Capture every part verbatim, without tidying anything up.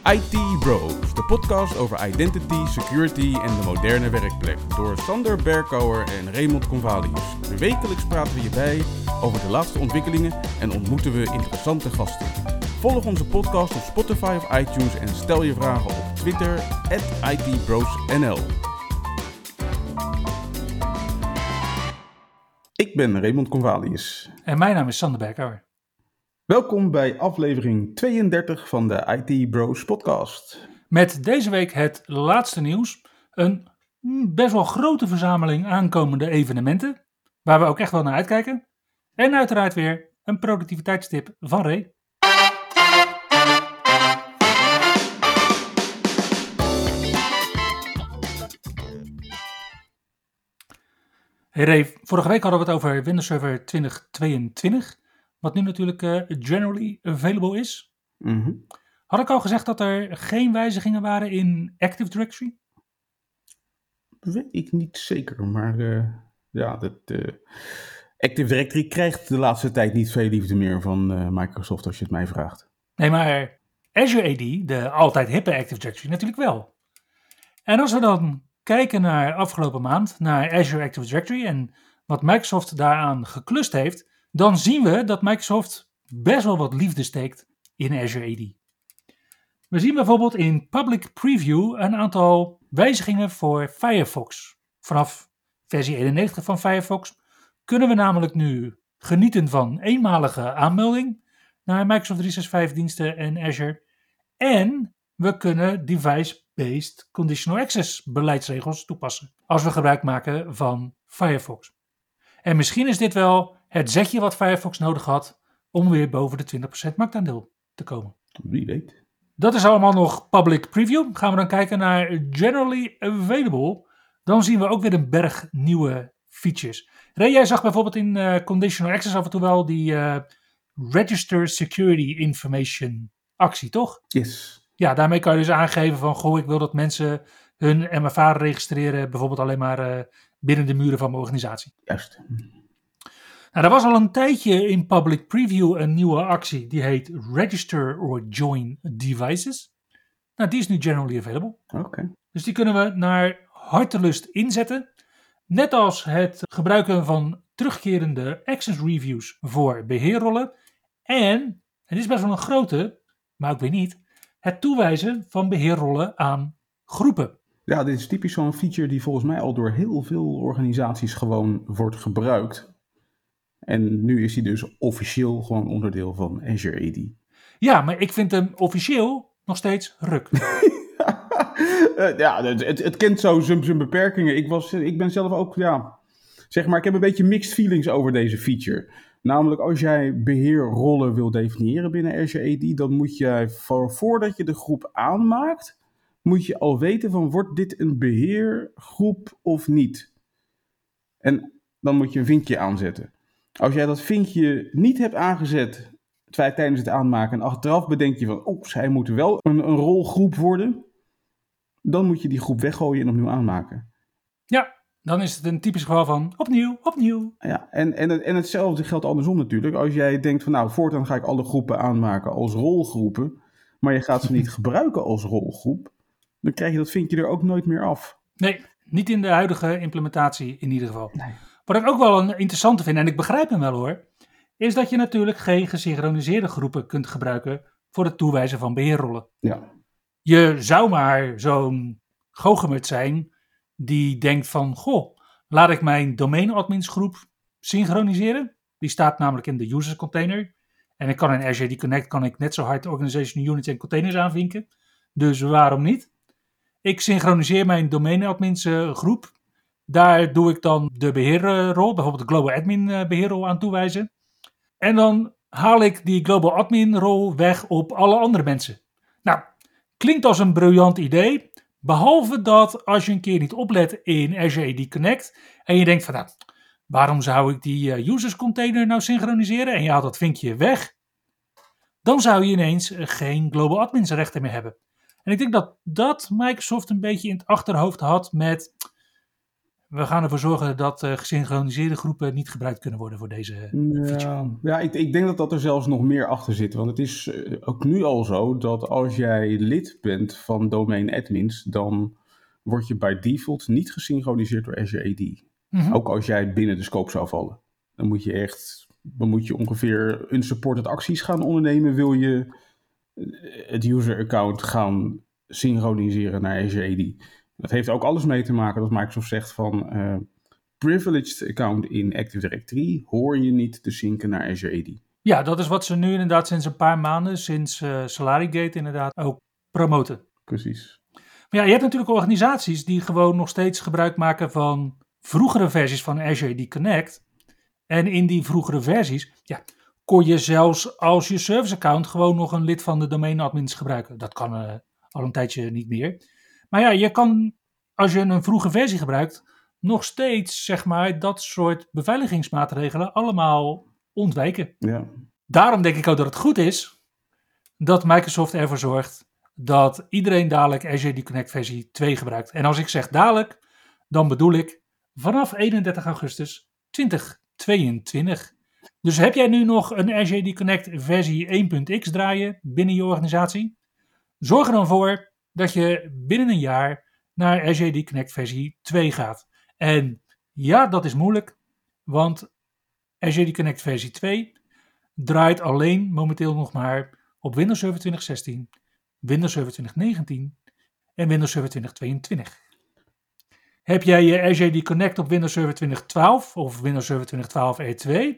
I T Bros, de podcast over identity, security en de moderne werkplek. Door Sander Berkouwer en Raymond Convalius. Wekelijks praten we hierbij over de laatste ontwikkelingen en ontmoeten we interessante gasten. Volg onze podcast op Spotify of iTunes en stel je vragen op Twitter at I T Bros N L. Ik ben Raymond Convalius. En mijn naam is Sander Berkouwer. Welkom bij aflevering tweeëndertig van de I T Bros podcast. Met deze week het laatste nieuws. Een best wel grote verzameling aankomende evenementen, waar we ook echt wel naar uitkijken. En uiteraard weer een productiviteitstip van Ray. Hey Ray, vorige week hadden we het over Windows Server twintig tweeëntwintig. Wat nu natuurlijk uh, generally available is. Mm-hmm. Had ik al gezegd dat er geen wijzigingen waren in Active Directory? Weet ik niet zeker, maar uh, ja, dat, uh, Active Directory krijgt de laatste tijd niet veel liefde meer van uh, Microsoft als je het mij vraagt. Nee, maar Azure A D, de altijd hippe Active Directory, natuurlijk wel. En als we dan kijken naar afgelopen maand, naar Azure Active Directory en wat Microsoft daaraan geklust heeft, dan zien we dat Microsoft best wel wat liefde steekt in Azure A D. We zien bijvoorbeeld in Public Preview een aantal wijzigingen voor Firefox. Vanaf versie eenennegentig van Firefox kunnen we namelijk nu genieten van eenmalige aanmelding naar Microsoft driehonderdzesenzestig diensten en Azure. En we kunnen device-based conditional access beleidsregels toepassen als we gebruik maken van Firefox. En misschien is dit wel het zetje wat Firefox nodig had om weer boven de twintig procent marktaandeel te komen. Wie weet. Dat is allemaal nog public preview. Gaan we dan kijken naar generally available. Dan zien we ook weer een berg nieuwe features. Ray, jij zag bijvoorbeeld in uh, conditional access af en toe wel die uh, register security information actie, toch? Yes. Ja, daarmee kan je dus aangeven van, goh, ik wil dat mensen hun M F A registreren, bijvoorbeeld alleen maar uh, binnen de muren van mijn organisatie. Juist. Nou, er was al een tijdje in public preview een nieuwe actie, die heet Register or Join Devices. Nou, die is nu generally available. Oké. Okay. Dus die kunnen we naar hartelust inzetten. Net als het gebruiken van terugkerende access reviews voor beheerrollen. En, en dit is best wel een grote, maar ook weer niet, het toewijzen van beheerrollen aan groepen. Ja, dit is typisch zo'n feature die volgens mij al door heel veel organisaties gewoon wordt gebruikt. En nu is hij dus officieel gewoon onderdeel van Azure A D. Ja, maar ik vind hem officieel nog steeds ruk. Ja, het, het, het kent zo zijn, zijn beperkingen. Ik, was, ik ben zelf ook, ja, zeg maar, ik heb een beetje mixed feelings over deze feature. Namelijk, als jij beheerrollen wil definiëren binnen Azure A D, dan moet je, voor, voordat je de groep aanmaakt, moet je al weten van, wordt dit een beheergroep of niet? En dan moet je een vinkje aanzetten. Als jij dat vinkje niet hebt aangezet tijdens het aanmaken en achteraf bedenk je van, oh, zij moeten wel een, een rolgroep worden, dan moet je die groep weggooien en opnieuw aanmaken. Ja, dan is het een typisch geval van opnieuw, opnieuw. Ja, en, en, en hetzelfde geldt andersom natuurlijk. Als jij denkt van, nou, voortaan ga ik alle groepen aanmaken als rolgroepen, maar je gaat ze niet gebruiken als rolgroep, dan krijg je dat vinkje er ook nooit meer af. Nee, niet in de huidige implementatie in ieder geval. Nee. Wat ik ook wel een interessante vind, en ik begrijp hem wel hoor, is dat je natuurlijk geen gesynchroniseerde groepen kunt gebruiken voor het toewijzen van beheerrollen. Ja. Je zou maar zo'n goochemut zijn die denkt van, goh, laat ik mijn domeinadminsgroep synchroniseren. Die staat namelijk in de users container. En ik kan in Azure A D Connect kan ik net zo hard organizational units en containers aanvinken. Dus waarom niet? Ik synchroniseer mijn domeinadmins groep. Daar doe ik dan de beheerrol, bijvoorbeeld de Global Admin beheerrol aan toewijzen. En dan haal ik die Global Admin rol weg op alle andere mensen. Nou, klinkt als een briljant idee. Behalve dat als je een keer niet oplet in Azure A D Connect en je denkt van, nou, waarom zou ik die users container nou synchroniseren? En je haalt dat vinkje weg. Dan zou je ineens geen Global Admins rechten meer hebben. En ik denk dat dat Microsoft een beetje in het achterhoofd had met we gaan ervoor zorgen dat uh, gesynchroniseerde groepen niet gebruikt kunnen worden voor deze feature. Ja, ja ik, ik denk dat dat er zelfs nog meer achter zit. Want het is uh, ook nu al zo dat als jij lid bent van domain admins, dan word je bij default niet gesynchroniseerd door Azure A D. Mm-hmm. Ook als jij binnen de scope zou vallen. Dan moet je echt, dan moet je ongeveer unsupported acties gaan ondernemen. Wil je het user account gaan synchroniseren naar Azure A D. Dat heeft ook alles mee te maken dat Microsoft zegt van uh, privileged account in Active Directory hoor je niet te synken naar Azure A D. Ja, dat is wat ze nu inderdaad sinds een paar maanden, sinds uh, SolariGate inderdaad ook promoten. Precies. Maar ja, je hebt natuurlijk organisaties die gewoon nog steeds gebruik maken van vroegere versies van Azure A D Connect. En in die vroegere versies, ja, kon je zelfs als je service account gewoon nog een lid van de domain admins gebruiken. Dat kan uh, al een tijdje niet meer. Maar ja, je kan, als je een vroege versie gebruikt, nog steeds, zeg maar, dat soort beveiligingsmaatregelen allemaal ontwijken. Ja. Daarom denk ik ook dat het goed is dat Microsoft ervoor zorgt dat iedereen dadelijk Azure A D Connect versie twee gebruikt. En als ik zeg dadelijk, dan bedoel ik vanaf eenendertig augustus tweeduizend tweeëntwintig. Dus heb jij nu nog een Azure A D Connect versie één punt x draaien binnen je organisatie? Zorg er dan voor dat je binnen een jaar naar Azure A D Connect versie twee gaat. En ja, dat is moeilijk, want Azure A D Connect versie twee draait alleen momenteel nog maar op Windows Server twintig zestien, Windows Server twintig negentien en Windows Server twintig tweeëntwintig. Heb jij je Azure A D Connect op Windows Server twintig twaalf of Windows Server twintig twaalf R twee,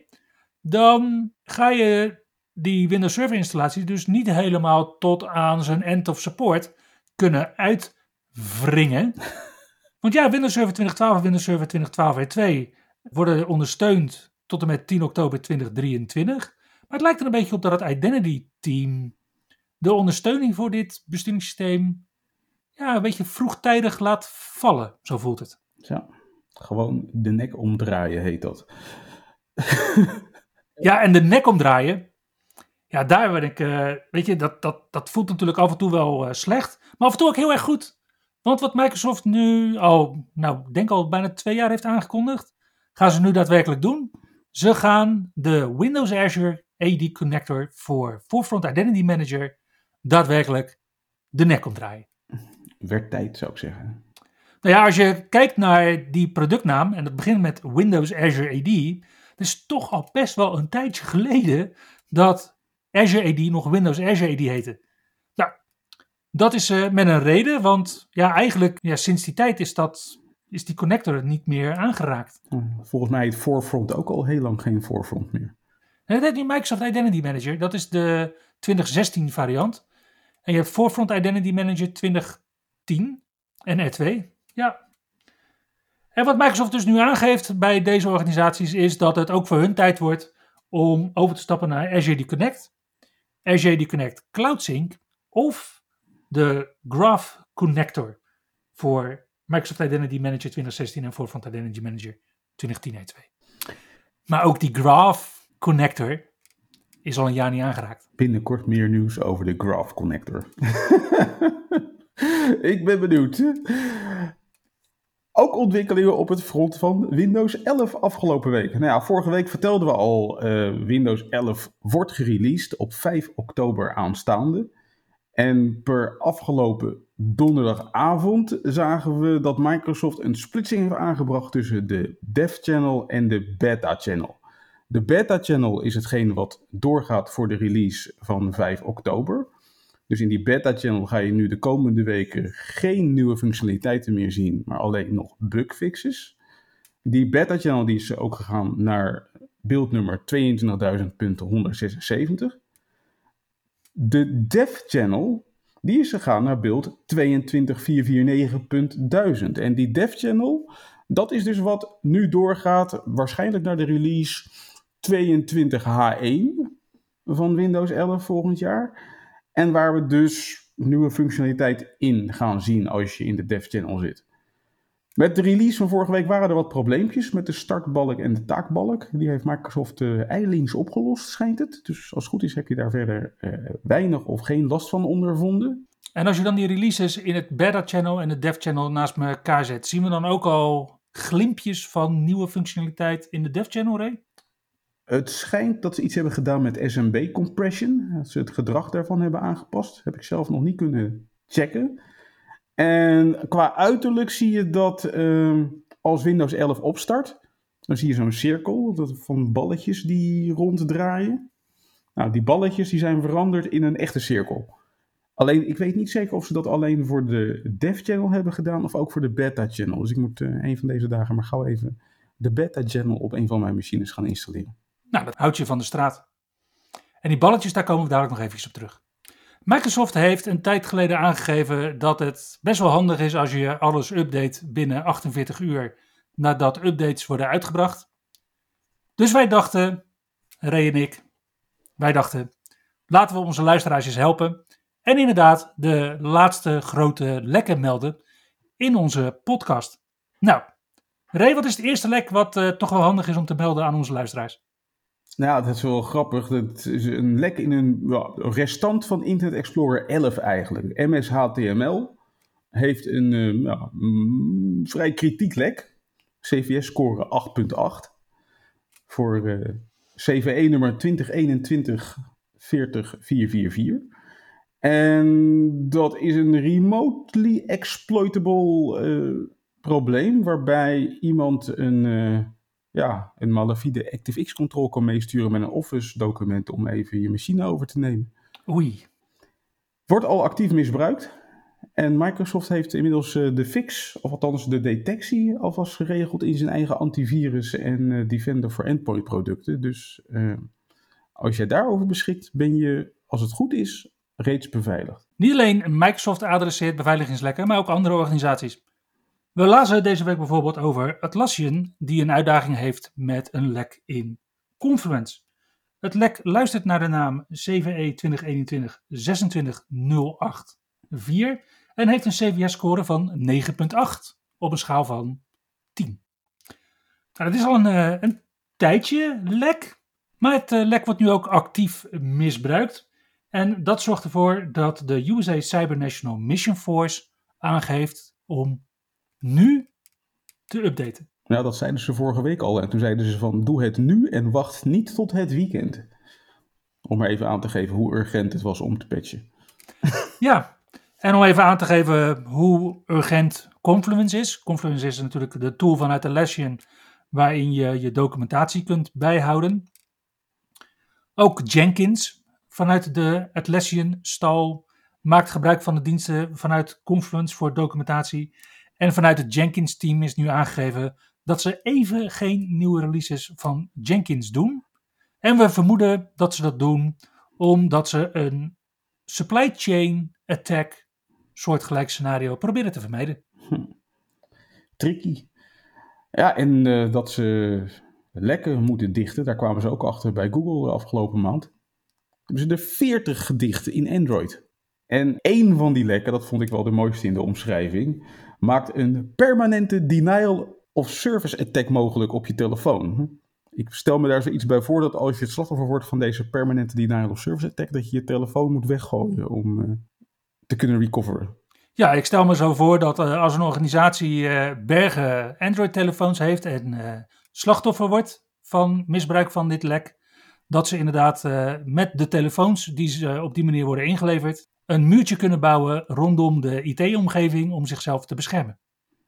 dan ga je die Windows Server installatie dus niet helemaal tot aan zijn end of support kunnen uitwringen. Want ja, Windows Server twintig twaalf en Windows Server twintig twaalf R twee worden ondersteund tot en met tien oktober tweeduizend drieëntwintig. Maar het lijkt er een beetje op dat het Identity Team de ondersteuning voor dit besturingssysteem ja, een beetje vroegtijdig laat vallen. Zo voelt het. Ja, gewoon de nek omdraaien heet dat. Ja, en de nek omdraaien, ja, daar ben ik, uh, weet je, dat, dat, dat voelt natuurlijk af en toe wel uh, slecht, maar af en toe ook heel erg goed. Want wat Microsoft nu al, nou, ik denk al bijna twee jaar heeft aangekondigd, gaan ze nu daadwerkelijk doen. Ze gaan de Windows Azure A D Connector voor Forefront Identity Manager daadwerkelijk de nek omdraaien. Werd tijd, zou ik zeggen. Nou ja, als je kijkt naar die productnaam, en dat begint met Windows Azure A D, het is toch al best wel een tijdje geleden dat Azure A D nog Windows Azure A D heette. Nou, dat is uh, met een reden, want ja, eigenlijk ja, sinds die tijd is, dat, is die connector niet meer aangeraakt. Volgens mij heet Forefront ook al heel lang geen Forefront meer. Nee, dat heet niet Microsoft Identity Manager, dat is de twintig zestien variant. En je hebt Forefront Identity Manager twintig tien en R twee. Ja. En wat Microsoft dus nu aangeeft bij deze organisaties is dat het ook voor hun tijd wordt om over te stappen naar Azure A D Connect, Azure A D Connect Cloud Sync of de Graph Connector voor Microsoft Identity Manager twintig zestien en Forefront Identity Manager twintig tien R twee. Maar ook die Graph Connector is al een jaar niet aangeraakt. Binnenkort meer nieuws over de Graph Connector. Ik ben benieuwd. Ook ontwikkelingen op het front van Windows elf afgelopen week. Nou ja, vorige week vertelden we al, uh, Windows elf wordt gereleased op vijf oktober aanstaande. En per afgelopen donderdagavond zagen we dat Microsoft een splitsing heeft aangebracht tussen de Dev Channel en de Beta Channel. De Beta Channel is hetgeen wat doorgaat voor de release van vijf oktober. Dus in die Beta Channel ga je nu de komende weken geen nieuwe functionaliteiten meer zien, maar alleen nog bugfixes. Die Beta Channel die is ook gegaan naar beeldnummer tweeëntwintigduizend honderdzesenzeventig. De Dev Channel die is gegaan naar beeld tweeëntwintig vierhonderdnegenenveertig duizend. En die Dev Channel, dat is dus wat nu doorgaat, waarschijnlijk naar de release tweeëntwintig H één van Windows elf volgend jaar. En waar we dus nieuwe functionaliteit in gaan zien als je in de Dev Channel zit. Met de release van vorige week waren er wat probleempjes met de startbalk en de taakbalk. Die heeft Microsoft uh, eilings opgelost, schijnt het. Dus als het goed is heb je daar verder uh, weinig of geen last van ondervonden. En als je dan die releases in het Beta Channel en de Dev Channel naast elkaar zet, zien we dan ook al glimpjes van nieuwe functionaliteit in de dev channel, Ray? Het schijnt dat ze iets hebben gedaan met S M B compression. Dat ze het gedrag daarvan hebben aangepast. Heb ik zelf nog niet kunnen checken. En qua uiterlijk zie je dat uh, als Windows elf opstart, dan zie je zo'n cirkel dat, van balletjes die ronddraaien. Nou, die balletjes die zijn veranderd in een echte cirkel. Alleen, ik weet niet zeker of ze dat alleen voor de dev channel hebben gedaan of ook voor de beta channel. Dus ik moet uh, een van deze dagen maar gauw even de beta channel op een van mijn machines gaan installeren. Nou, dat houdt je van de straat. En die balletjes, daar komen we dadelijk nog even op terug. Microsoft heeft een tijd geleden aangegeven dat het best wel handig is als je alles update binnen achtenveertig uur nadat updates worden uitgebracht. Dus wij dachten, Ray en ik, wij dachten, laten we onze luisteraars eens helpen. En inderdaad de laatste grote lekken melden in onze podcast. Nou, Ray, wat is het eerste lek wat uh, toch wel handig is om te melden aan onze luisteraars? Nou, dat is wel grappig. Dat is een lek in een ja, restant van Internet Explorer elf eigenlijk. M S H T M L heeft een uh, ja, mm, vrij kritiek lek. C V S-score acht punt acht. Voor uh, C V E-nummer twintig eenentwintig veertig vierhonderdvierenveertig. En dat is een remotely exploitable uh, probleem, waarbij iemand een... Uh, Ja, een malafide ActiveX-control kan meesturen met een Office-document om even je machine over te nemen. Oei. Wordt al actief misbruikt. En Microsoft heeft inmiddels uh, de fix, of althans de detectie, alvast geregeld in zijn eigen antivirus en uh, Defender for Endpoint producten. Dus uh, als jij daarover beschikt, ben je, als het goed is, reeds beveiligd. Niet alleen Microsoft adresseert beveiligingslekken, maar ook andere organisaties. We lazen deze week bijvoorbeeld over Atlassian, die een uitdaging heeft met een lek in Confluence. Het lek luistert naar de naam C V E twintig eenentwintig zesentwintig nul acht vier en heeft een C V S-score van negen punt acht op een schaal van tien. Nou, dat is al een, een tijdje lek, maar het lek wordt nu ook actief misbruikt. En dat zorgt ervoor dat de U S A Cyber National Mission Force aangeeft om nu te updaten. Nou, dat zeiden ze vorige week al. En toen zeiden ze van, doe het nu en wacht niet tot het weekend. Om maar even aan te geven hoe urgent het was om te patchen. Ja, en om even aan te geven hoe urgent Confluence is. Confluence is natuurlijk de tool vanuit Atlassian waarin je je documentatie kunt bijhouden. Ook Jenkins vanuit de Atlassian stal maakt gebruik van de diensten vanuit Confluence voor documentatie. En vanuit het Jenkins team is nu aangegeven dat ze even geen nieuwe releases van Jenkins doen. En we vermoeden dat ze dat doen omdat ze een supply chain attack soortgelijk scenario proberen te vermijden. Hm. Tricky. Ja, en uh, dat ze lekken moeten dichten, daar kwamen ze ook achter bij Google de afgelopen maand. Hebben ze er veertig gedicht in Android. En één van die lekken, dat vond ik wel de mooiste in de omschrijving, maakt een permanente denial of service attack mogelijk op je telefoon. Ik stel me daar zoiets bij voor dat als je het slachtoffer wordt van deze permanente denial of service attack, dat je je telefoon moet weggooien om uh, te kunnen recoveren. Ja, ik stel me zo voor dat uh, als een organisatie uh, bergen Android-telefoons heeft en uh, slachtoffer wordt van misbruik van dit lek, dat ze inderdaad uh, met de telefoons die ze uh, op die manier worden ingeleverd, een muurtje kunnen bouwen rondom de I T-omgeving om zichzelf te beschermen.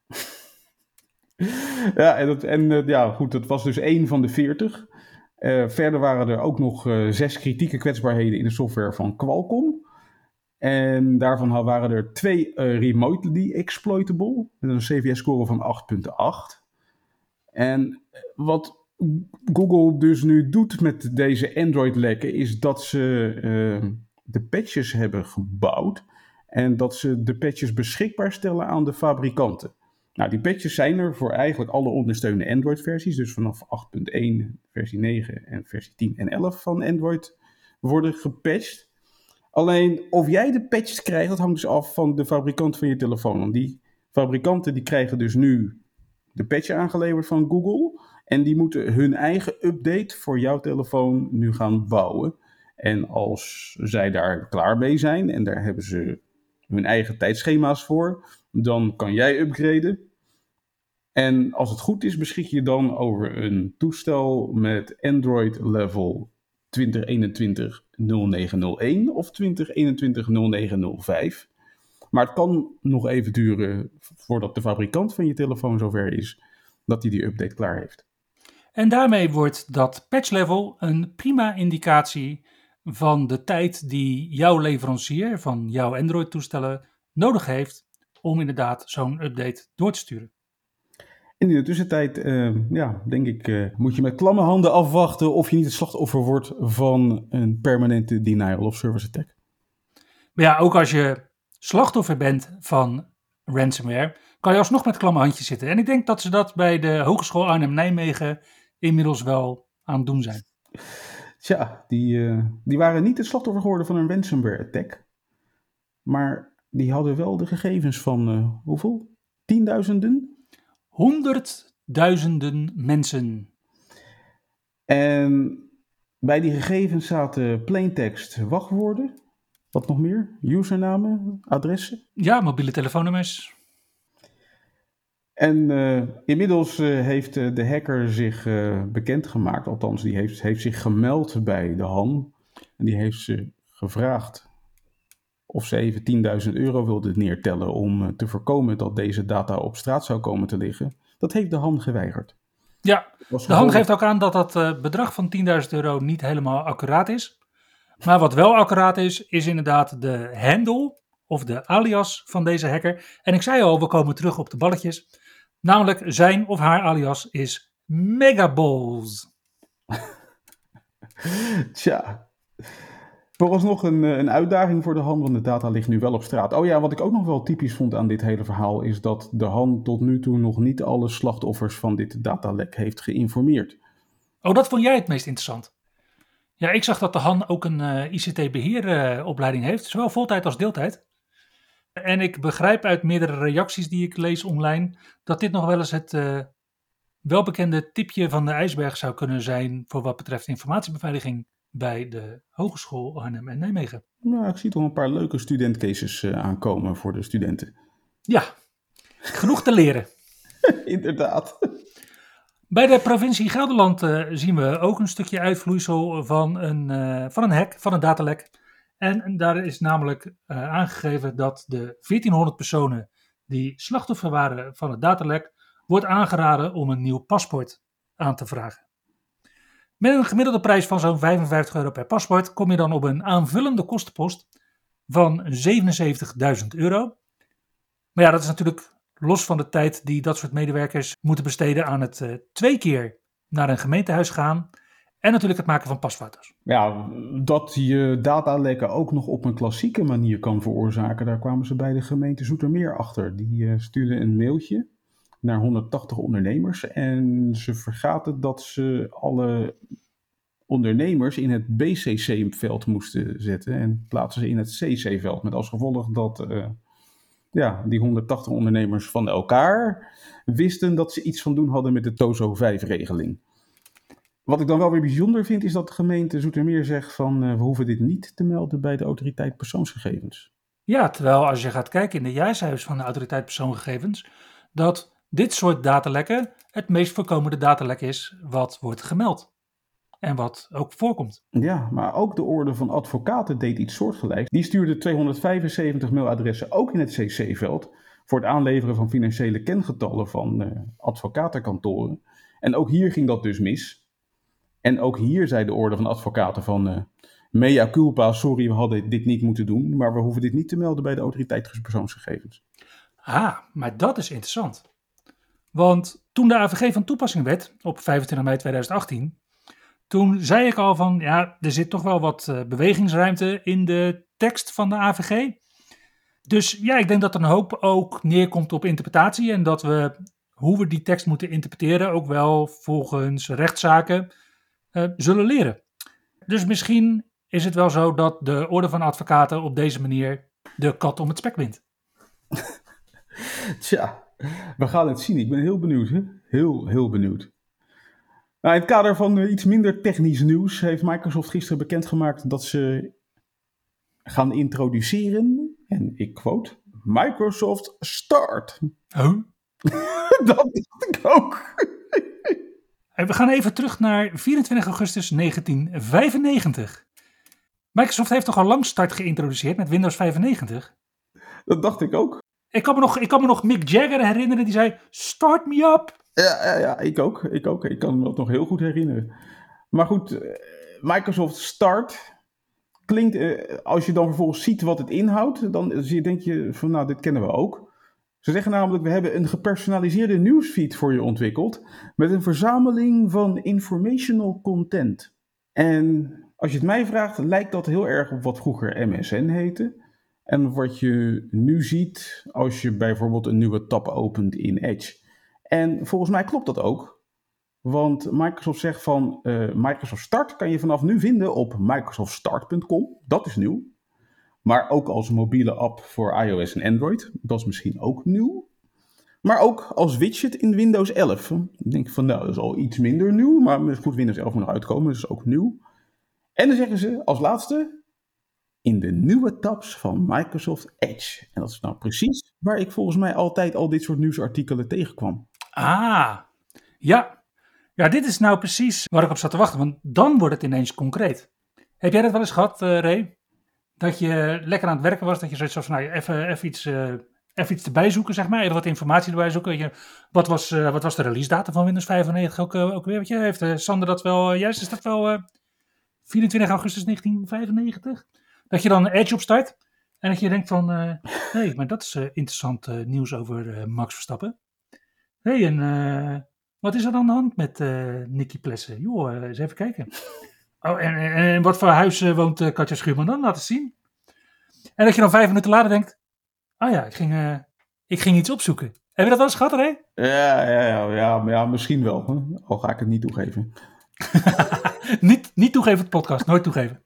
Ja, en, dat, en uh, ja, goed, dat was dus één van de veertig. Uh, verder waren er ook nog uh, zes kritieke kwetsbaarheden in de software van Qualcomm. En daarvan waren er twee uh, remotely exploitable, met een C V S-score van acht punt acht. En wat Google dus nu doet met deze Android-lekken is dat ze uh, de patches hebben gebouwd en dat ze de patches beschikbaar stellen aan de fabrikanten. Nou, die patches zijn er voor eigenlijk alle ondersteunende Android-versies, dus vanaf acht punt één, versie negen en versie tien en elf van Android worden gepatcht. Alleen of jij de patches krijgt, dat hangt dus af van de fabrikant van je telefoon. Want die fabrikanten die krijgen dus nu de patch aangeleverd van Google. En die moeten hun eigen update voor jouw telefoon nu gaan bouwen. En als zij daar klaar mee zijn en daar hebben ze hun eigen tijdschema's voor, dan kan jij upgraden. En als het goed is, beschik je dan over een toestel met Android level twintig eenentwintig nul negen nul één of twintig eenentwintig nul negen nul vijf. Maar het kan nog even duren voordat de fabrikant van je telefoon zover is dat hij die update klaar heeft. En daarmee wordt dat patch level een prima indicatie van de tijd die jouw leverancier van jouw Android-toestellen nodig heeft om inderdaad zo'n update door te sturen. En in de tussentijd, uh, ja, denk ik, uh, moet je met klamme handen afwachten of je niet het slachtoffer wordt van een permanente denial of service attack. Maar ja, ook als je slachtoffer bent van ransomware, kan je alsnog met klamme handjes zitten. En ik denk dat ze dat bij de Hogeschool Arnhem-Nijmegen inmiddels wel aan het doen zijn. Tja, die, uh, die waren niet het slachtoffer geworden van een ransomware attack. Maar die hadden wel de gegevens van uh, hoeveel? Tienduizenden? Honderdduizenden mensen. En bij die gegevens zaten plaintext wachtwoorden. Wat nog meer? Usernamen, adressen? Ja, mobiele telefoonnummers. En uh, inmiddels uh, heeft uh, de hacker zich uh, bekendgemaakt. Althans, die heeft, heeft zich gemeld bij de H A N. En die heeft ze gevraagd of ze even tienduizend euro wilde neertellen om uh, te voorkomen dat deze data op straat zou komen te liggen. Dat heeft de H A N geweigerd. Ja, de H A N geeft ook aan dat dat uh, bedrag van tienduizend euro niet helemaal accuraat is. Maar wat wel accuraat is, is inderdaad de handle of de alias van deze hacker. En ik zei al, we komen terug op de balletjes. Namelijk zijn of haar alias is Megaballs. Tja, vooralsnog een, een uitdaging voor de H A N, want de data ligt nu wel op straat. Oh ja, wat ik ook nog wel typisch vond aan dit hele verhaal is dat de H A N tot nu toe nog niet alle slachtoffers van dit datalek heeft geïnformeerd. Oh, dat vond jij het meest interessant. Ja, ik zag dat de H A N ook een uh, I C T-beheeropleiding uh, heeft, zowel voltijd als deeltijd. En ik begrijp uit meerdere reacties die ik lees online dat dit nog wel eens het uh, welbekende tipje van de ijsberg zou kunnen zijn voor wat betreft informatiebeveiliging bij de Hogeschool Arnhem en Nijmegen. Nou, ik zie toch een paar leuke studentcases uh, aankomen voor de studenten. Ja, genoeg te leren. Inderdaad. Bij de provincie Gelderland uh, zien we ook een stukje uitvloeisel van een, uh, van een hack, van een datalek. En daar is namelijk uh, aangegeven dat de veertienhonderd personen die slachtoffer waren van het datalek, wordt aangeraden om een nieuw paspoort aan te vragen. Met een gemiddelde prijs van zo'n vijfenvijftig euro per paspoort kom je dan op een aanvullende kostenpost van zevenenzeventigduizend euro. Maar ja, dat is natuurlijk los van de tijd die dat soort medewerkers moeten besteden aan het uh, twee keer naar een gemeentehuis gaan. En natuurlijk het maken van pasfoto's. Ja, dat je datalekken ook nog op een klassieke manier kan veroorzaken. Daar kwamen ze bij de gemeente Zoetermeer achter. Die uh, stuurden een mailtje naar honderdtachtig ondernemers. En ze vergaten dat ze alle ondernemers in het B C C-veld moesten zetten. En plaatsen ze in het C C-veld. Met als gevolg dat uh, ja, die honderdtachtig ondernemers van elkaar wisten dat ze iets van doen hadden met de TOZO vijf-regeling. Wat ik dan wel weer bijzonder vind, is dat de gemeente Zoetermeer zegt van uh, we hoeven dit niet te melden bij de autoriteit persoonsgegevens. Ja, terwijl als je gaat kijken in de jaarcijfers van de autoriteit persoonsgegevens, dat dit soort datalekken het meest voorkomende datalek is wat wordt gemeld. En wat ook voorkomt. Ja, maar ook de Orde van Advocaten deed iets soortgelijks. Die stuurde tweehonderdvijfenzeventig mailadressen ook in het C C-veld voor het aanleveren van financiële kengetallen van uh, advocatenkantoren. En ook hier ging dat dus mis. En ook hier zei de Orde van Advocaten van uh, mea culpa, sorry, we hadden dit niet moeten doen, maar we hoeven dit niet te melden bij de autoriteit persoonsgegevens. Ah, maar dat is interessant. Want toen de A V G van toepassing werd, op vijfentwintig mei tweeduizend achttien, toen zei ik al van, ja, er zit toch wel wat uh, bewegingsruimte in de tekst van de A V G. Dus ja, ik denk dat er een hoop ook neerkomt op interpretatie en dat we, hoe we die tekst moeten interpreteren, ook wel volgens rechtszaken uh, zullen leren. Dus misschien is het wel zo dat de Orde van Advocaten op deze manier de kat om het spek bindt. Tja, we gaan het zien. Ik ben heel benieuwd. Hè? Heel, heel benieuwd. Nou, in het kader van uh, iets minder technisch nieuws heeft Microsoft gisteren bekendgemaakt dat ze gaan introduceren, en ik quote, Microsoft Start. Huh? Dat dacht ik ook. En we gaan even terug naar vierentwintig augustus negentien vijfennegentig. Microsoft heeft toch al lang Start geïntroduceerd met Windows vijfennegentig? Dat dacht ik ook. Ik kan me nog, ik kan me nog Mick Jagger herinneren die zei, start me up. Ja, ja, ja, ik ook. Ik ook. Ik kan me dat nog heel goed herinneren. Maar goed, eh, Microsoft Start klinkt, eh, als je dan vervolgens ziet wat het inhoudt, dan zie- denk je van nou, dit kennen we ook. Ze zeggen namelijk, we hebben een gepersonaliseerde nieuwsfeed voor je ontwikkeld met een verzameling van informational content. En als je het mij vraagt, lijkt dat heel erg op wat vroeger M S N heette. En wat je nu ziet als je bijvoorbeeld een nieuwe tab opent in Edge. En volgens mij klopt dat ook. Want Microsoft zegt van uh, Microsoft Start kan je vanaf nu vinden op microsoft start punt com. Dat is nieuw. Maar ook als mobiele app voor iOS en Android. Dat is misschien ook nieuw. Maar ook als widget in Windows elf. Dan denk ik van nou, dat is al iets minder nieuw. Maar goed, Windows elf moet nog uitkomen, dus dat is ook nieuw. En dan zeggen ze als laatste in de nieuwe tabs van Microsoft Edge. En dat is nou precies waar ik volgens mij altijd al dit soort nieuwsartikelen tegenkwam. Ah, ja. Ja, dit is nou precies waar ik op zat te wachten, want dan wordt het ineens concreet. Heb jij dat wel eens gehad, uh, Ray? Dat je lekker aan het werken was, dat je zoiets was van, nou, even, even, iets, uh, even iets erbij zoeken, zeg maar. Even wat informatie erbij zoeken. Je, wat, was, uh, wat was de release datum van Windows vijfennegentig ook, uh, ook weer? Weet je, heeft uh, Sander dat wel, uh, juist is dat wel uh, vierentwintig augustus negentien vijfennegentig? Dat je dan Edge opstart en dat je denkt van, hé, uh, hey, maar dat is uh, interessant uh, nieuws over uh, Max Verstappen. Hé, hey, en uh, wat is er aan de hand met uh, Nicky Plessen? Joh, uh, eens even kijken. Oh, en, en, en wat voor huis uh, woont uh, Katja Schuurman dan? Laat het zien. En dat je dan vijf minuten later denkt, oh ja, ik ging, uh, ik ging iets opzoeken. Heb je dat wel eens gehad, hè? Ja, ja, ja, ja, ja, misschien wel. Hè? Al ga ik het niet toegeven. niet, niet toegeven op de podcast, nooit toegeven.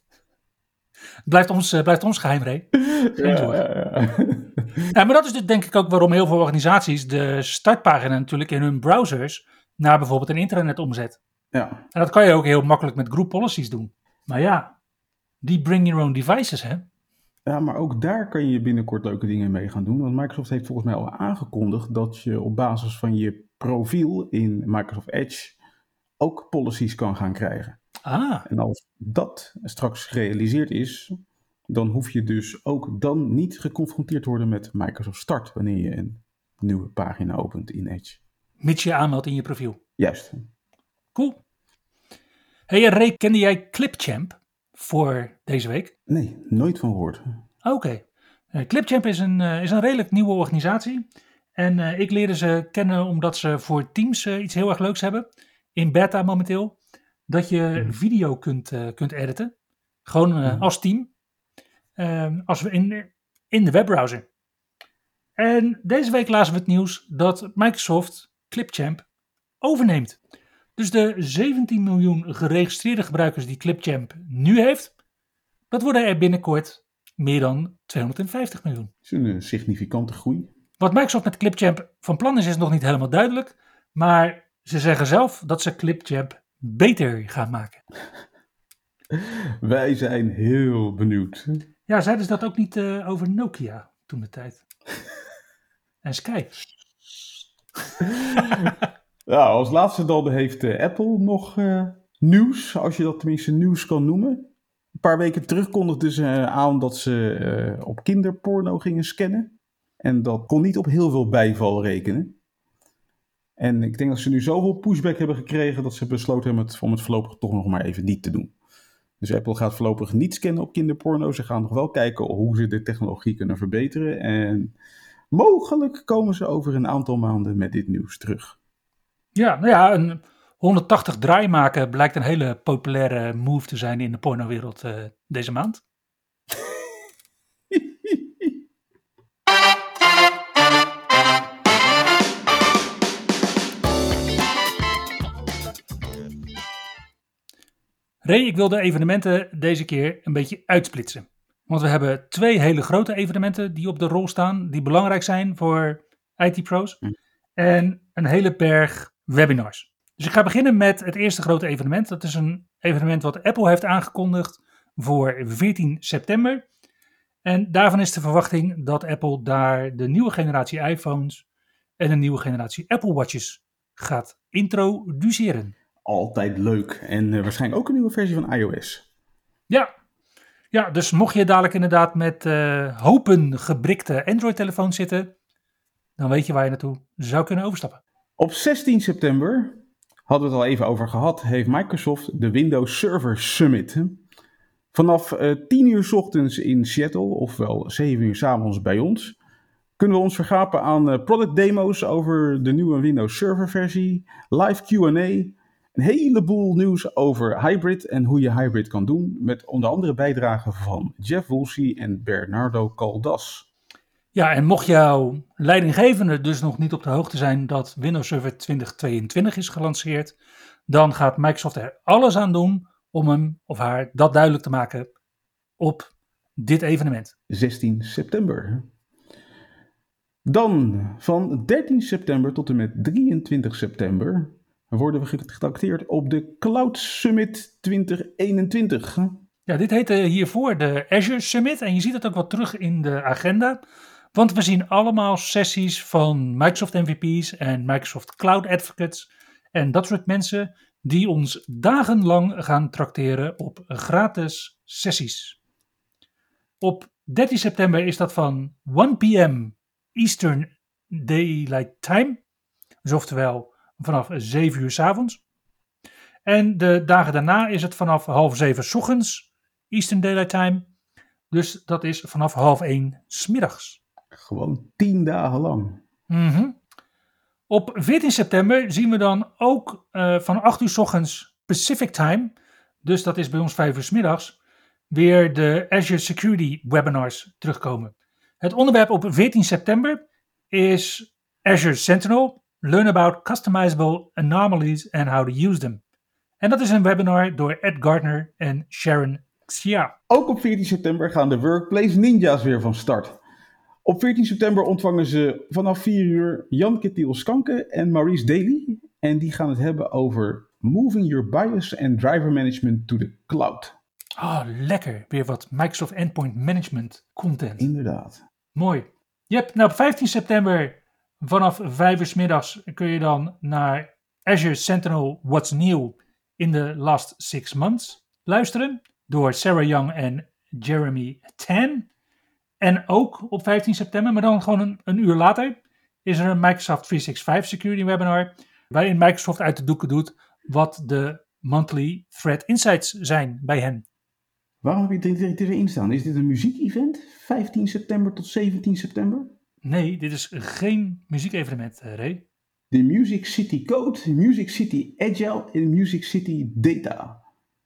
Blijft ons, uh, blijft ons geheim, Ray. Geen ja, zorgen. ja, ja. Ja, maar dat is dus denk ik ook waarom heel veel organisaties de startpagina natuurlijk in hun browsers naar bijvoorbeeld een intranet omzet. Ja. En dat kan je ook heel makkelijk met group policies doen. Maar ja, die bring your own devices, hè? Ja, maar ook daar kan je binnenkort leuke dingen mee gaan doen. Want Microsoft heeft volgens mij al aangekondigd dat je op basis van je profiel in Microsoft Edge ook policies kan gaan krijgen. Ah. En als dat straks gerealiseerd is, dan hoef je dus ook dan niet geconfronteerd te worden met Microsoft Start wanneer je een nieuwe pagina opent in Edge. Mits je aanmeldt in je profiel. Juist. Cool. Hey Ray, kende jij Clipchamp voor deze week? Nee, nooit van gehoord. Oké. Okay. Uh, Clipchamp is een, uh, is een redelijk nieuwe organisatie. En uh, ik leerde ze kennen omdat ze voor Teams uh, iets heel erg leuks hebben. In beta momenteel. Dat je mm. video kunt, uh, kunt editen. Gewoon uh, mm. als team. Uh, als we in, in de webbrowser. En deze week lazen we het nieuws dat Microsoft Clipchamp overneemt. Dus de zeventien miljoen geregistreerde gebruikers die Clipchamp nu heeft, dat worden er binnenkort meer dan tweehonderdvijftig miljoen. Dat is een significante groei. Wat Microsoft met Clipchamp van plan is, is nog niet helemaal duidelijk. Maar ze zeggen zelf dat ze Clipchamp beter gaan maken. Wij zijn heel benieuwd. Ja, zeiden ze dat ook niet uh, over Nokia toen de tijd? En Skype. Ja, als laatste dan heeft uh, Apple nog uh, nieuws, als je dat tenminste nieuws kan noemen. Een paar weken terug kondigden ze uh, aan dat ze uh, op kinderporno gingen scannen. En dat kon niet op heel veel bijval rekenen. En ik denk dat ze nu zoveel pushback hebben gekregen dat ze besloten hebben het, om het voorlopig toch nog maar even niet te doen. Dus Apple gaat voorlopig niet scannen op kinderporno. Ze gaan nog wel kijken hoe ze de technologie kunnen verbeteren. En mogelijk komen ze over een aantal maanden met dit nieuws terug. Ja, nou ja, een honderdtachtig draai maken blijkt een hele populaire move te zijn in de pornowereld uh, deze maand. Ray, ik wil de evenementen deze keer een beetje uitsplitsen. Want we hebben twee hele grote evenementen die op de rol staan, die belangrijk zijn voor I T-pro's. Mm. En een hele berg webinars. Dus ik ga beginnen met het eerste grote evenement. Dat is een evenement wat Apple heeft aangekondigd voor veertien september. En daarvan is de verwachting dat Apple daar de nieuwe generatie iPhones en een nieuwe generatie Apple Watches gaat introduceren. Altijd leuk. En uh, waarschijnlijk ook een nieuwe versie van iOS. Ja, ja dus mocht je dadelijk inderdaad met uh, hopen gebrikte Android-telefoons zitten, dan weet je waar je naartoe zou kunnen overstappen. Op zestien september, hadden we het al even over gehad, heeft Microsoft de Windows Server Summit. Vanaf uh, tien uur 's ochtends in Seattle, ofwel zeven uur 's avonds bij ons, kunnen we ons vergapen aan uh, product demo's over de nieuwe Windows Server versie, live Q en A, een heleboel nieuws over hybrid en hoe je hybrid kan doen, met onder andere bijdragen van Jeff Woolsey en Bernardo Caldas. Ja, en mocht jouw leidinggevende dus nog niet op de hoogte zijn dat Windows Server twintig tweeëntwintig is gelanceerd, dan gaat Microsoft er alles aan doen om hem of haar dat duidelijk te maken op dit evenement. zestien september. Dan van dertien september tot en met drieëntwintig september worden we getrakteerd op de Cloud Summit twintig eenentwintig. Ja, dit heette hiervoor de Azure Summit en je ziet het ook wel terug in de agenda. Want we zien allemaal sessies van Microsoft M V P's en Microsoft Cloud Advocates en dat soort mensen die ons dagenlang gaan trakteren op gratis sessies. Op dertien september is dat van one p m Eastern Daylight Time, dus oftewel vanaf zeven uur 's avonds. En de dagen daarna is het vanaf half zeven 's ochtends Eastern Daylight Time, dus dat is vanaf half één 's middags. Gewoon tien dagen lang. Mm-hmm. Op veertien september zien we dan ook uh, van acht uur 's ochtends Pacific Time, dus dat is bij ons vijf uur 's middags, weer de Azure Security webinars terugkomen. Het onderwerp op veertien september is Azure Sentinel, Learn about customizable anomalies and how to use them. En dat is een webinar door Ed Gardner en Sharon Xia. Ook op veertien september gaan de Workplace Ninja's weer van start. Op veertien september ontvangen ze vanaf vier uur Jan Ketiel Skanke en Maurice Daly. En die gaan het hebben over Moving Your Bias and Driver Management to the Cloud. Ah, oh, lekker. Weer wat Microsoft Endpoint Management content. Inderdaad. Mooi. Yep, nou op vijftien september vanaf vijf uur 's middags kun je dan naar Azure Sentinel What's New in the Last Six Months luisteren. Door Sarah Young en Jeremy Tan. En ook op vijftien september, maar dan gewoon een, een uur later, is er een Microsoft driehonderdzesenzijnvijftig Security Webinar, waarin Microsoft uit de doeken doet wat de monthly threat insights zijn bij hen. Waarom heb je dit erin staan? Is dit een muziekevent? vijftien september tot zeventien september? Nee, dit is geen muziekevenement, Ray. De Music City Code, Music City Agile en Music City Data.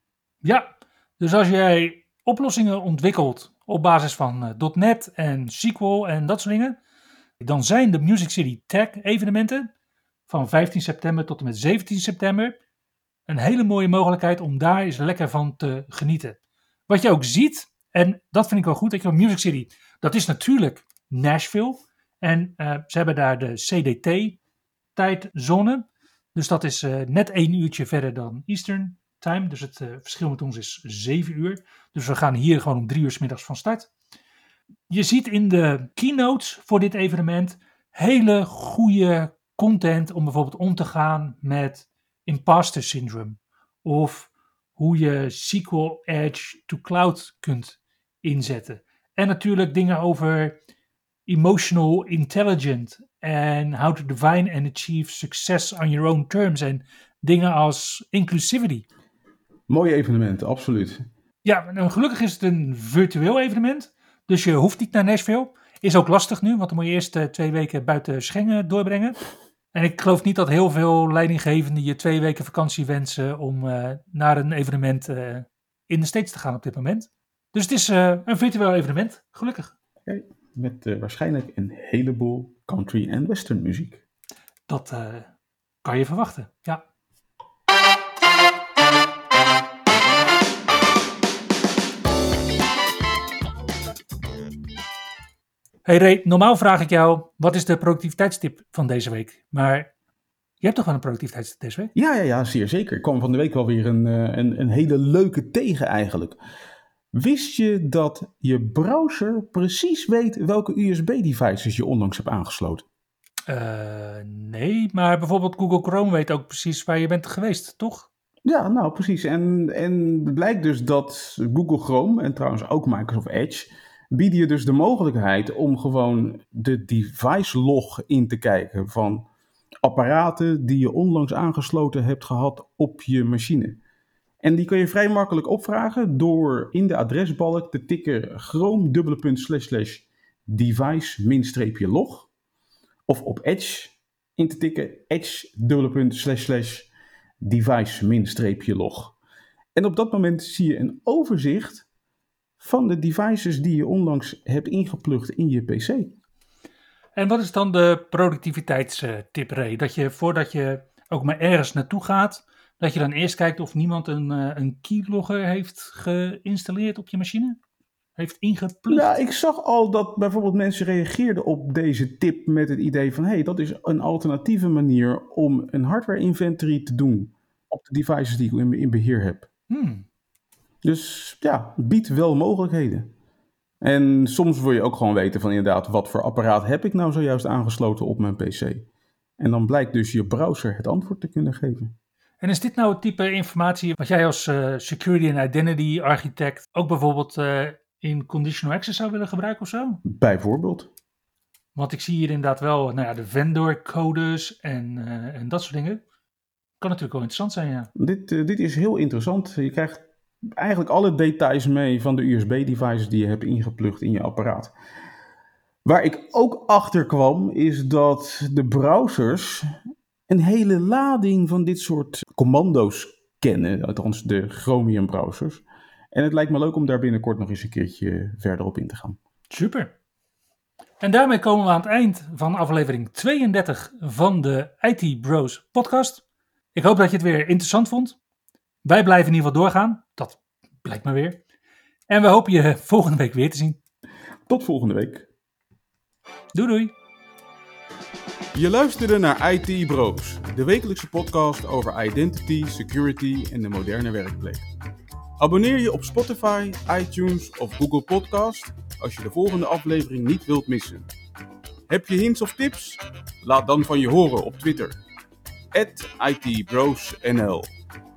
Ja, dus als jij oplossingen ontwikkelt op basis van uh, .net en S Q L en dat soort dingen, dan zijn de Music City Tech evenementen van vijftien september tot en met zeventien september een hele mooie mogelijkheid om daar eens lekker van te genieten. Wat je ook ziet, en dat vind ik wel goed, dat je op Music City, dat is natuurlijk Nashville en uh, ze hebben daar de C D T-tijdzone, dus dat is uh, net één uurtje verder dan Eastern Time, dus het uh, verschil met ons is zeven uur. Dus we gaan hier gewoon om drie uur 's middags van start. Je ziet in de keynotes voor dit evenement hele goede content om bijvoorbeeld om te gaan met imposter syndrome. Of hoe je S Q L Edge to Cloud kunt inzetten. En natuurlijk dingen over emotional intelligence en how to define and achieve success on your own terms. En dingen als inclusivity. Mooie evenementen, absoluut. Ja, en gelukkig is het een virtueel evenement. Dus je hoeft niet naar Nashville. Is ook lastig nu, want dan moet je eerst uh, twee weken buiten Schengen doorbrengen. En ik geloof niet dat heel veel leidinggevenden je twee weken vakantie wensen om uh, naar een evenement uh, in de States te gaan op dit moment. Dus het is uh, een virtueel evenement, gelukkig. Okay, met uh, waarschijnlijk een heleboel country en western muziek. Dat uh, kan je verwachten, ja. Hey Ray, normaal vraag ik jou, wat is de productiviteitstip van deze week? Maar je hebt toch wel een productiviteitstip deze week? Ja, ja, ja, zeer zeker. Ik kwam van de week wel weer een, een, een hele leuke tegen eigenlijk. Wist je dat je browser precies weet welke U S B-devices je onlangs hebt aangesloten? Uh, nee, maar bijvoorbeeld Google Chrome weet ook precies waar je bent geweest, toch? Ja, nou precies. En, en het blijkt dus dat Google Chrome en trouwens ook Microsoft Edge bieden je dus de mogelijkheid om gewoon de device log in te kijken van apparaten die je onlangs aangesloten hebt gehad op je machine. En die kun je vrij makkelijk opvragen door in de adresbalk te tikken chrome dubbele punt slash slash device min streepje log. Of op Edge in te tikken edge dubbele punt slash slash device min streepje log. En op dat moment zie je een overzicht van de devices die je onlangs hebt ingeplucht in je P C. En wat is dan de productiviteitstip, Ray? Dat je voordat je ook maar ergens naartoe gaat, dat je dan eerst kijkt of niemand een, een keylogger heeft geïnstalleerd op je machine? Heeft ingeplucht? Ja, ik zag al dat bijvoorbeeld mensen reageerden op deze tip met het idee van, hé, hey, dat is een alternatieve manier om een hardware inventory te doen op de devices die ik in, in beheer heb. Hmm. Dus ja, het biedt wel mogelijkheden. En soms wil je ook gewoon weten van inderdaad, wat voor apparaat heb ik nou zojuist aangesloten op mijn P C? En dan blijkt dus je browser het antwoord te kunnen geven. En is dit nou het type informatie wat jij als uh, security en identity architect ook bijvoorbeeld uh, in conditional access zou willen gebruiken of zo? Bijvoorbeeld. Want ik zie hier inderdaad wel nou ja, de vendor codes en, uh, en dat soort dingen. Kan natuurlijk wel interessant zijn, ja. Dit, uh, dit is heel interessant. Je krijgt eigenlijk alle details mee van de U S B-devices die je hebt ingeplucht in je apparaat. Waar ik ook achter kwam is dat de browsers een hele lading van dit soort commando's kennen. Althans de Chromium browsers. En het lijkt me leuk om daar binnenkort nog eens een keertje verder op in te gaan. Super. En daarmee komen we aan het eind van aflevering tweeëndertig van de I T Bros podcast. Ik hoop dat je het weer interessant vond. Wij blijven in ieder geval doorgaan. Dat blijkt maar weer. En we hopen je volgende week weer te zien. Tot volgende week. Doei doei. Je luisterde naar I T Bros, de wekelijkse podcast over identity, security en de moderne werkplek. Abonneer je op Spotify, iTunes of Google Podcast als je de volgende aflevering niet wilt missen. Heb je hints of tips? Laat dan van je horen op Twitter. at I T Bros N L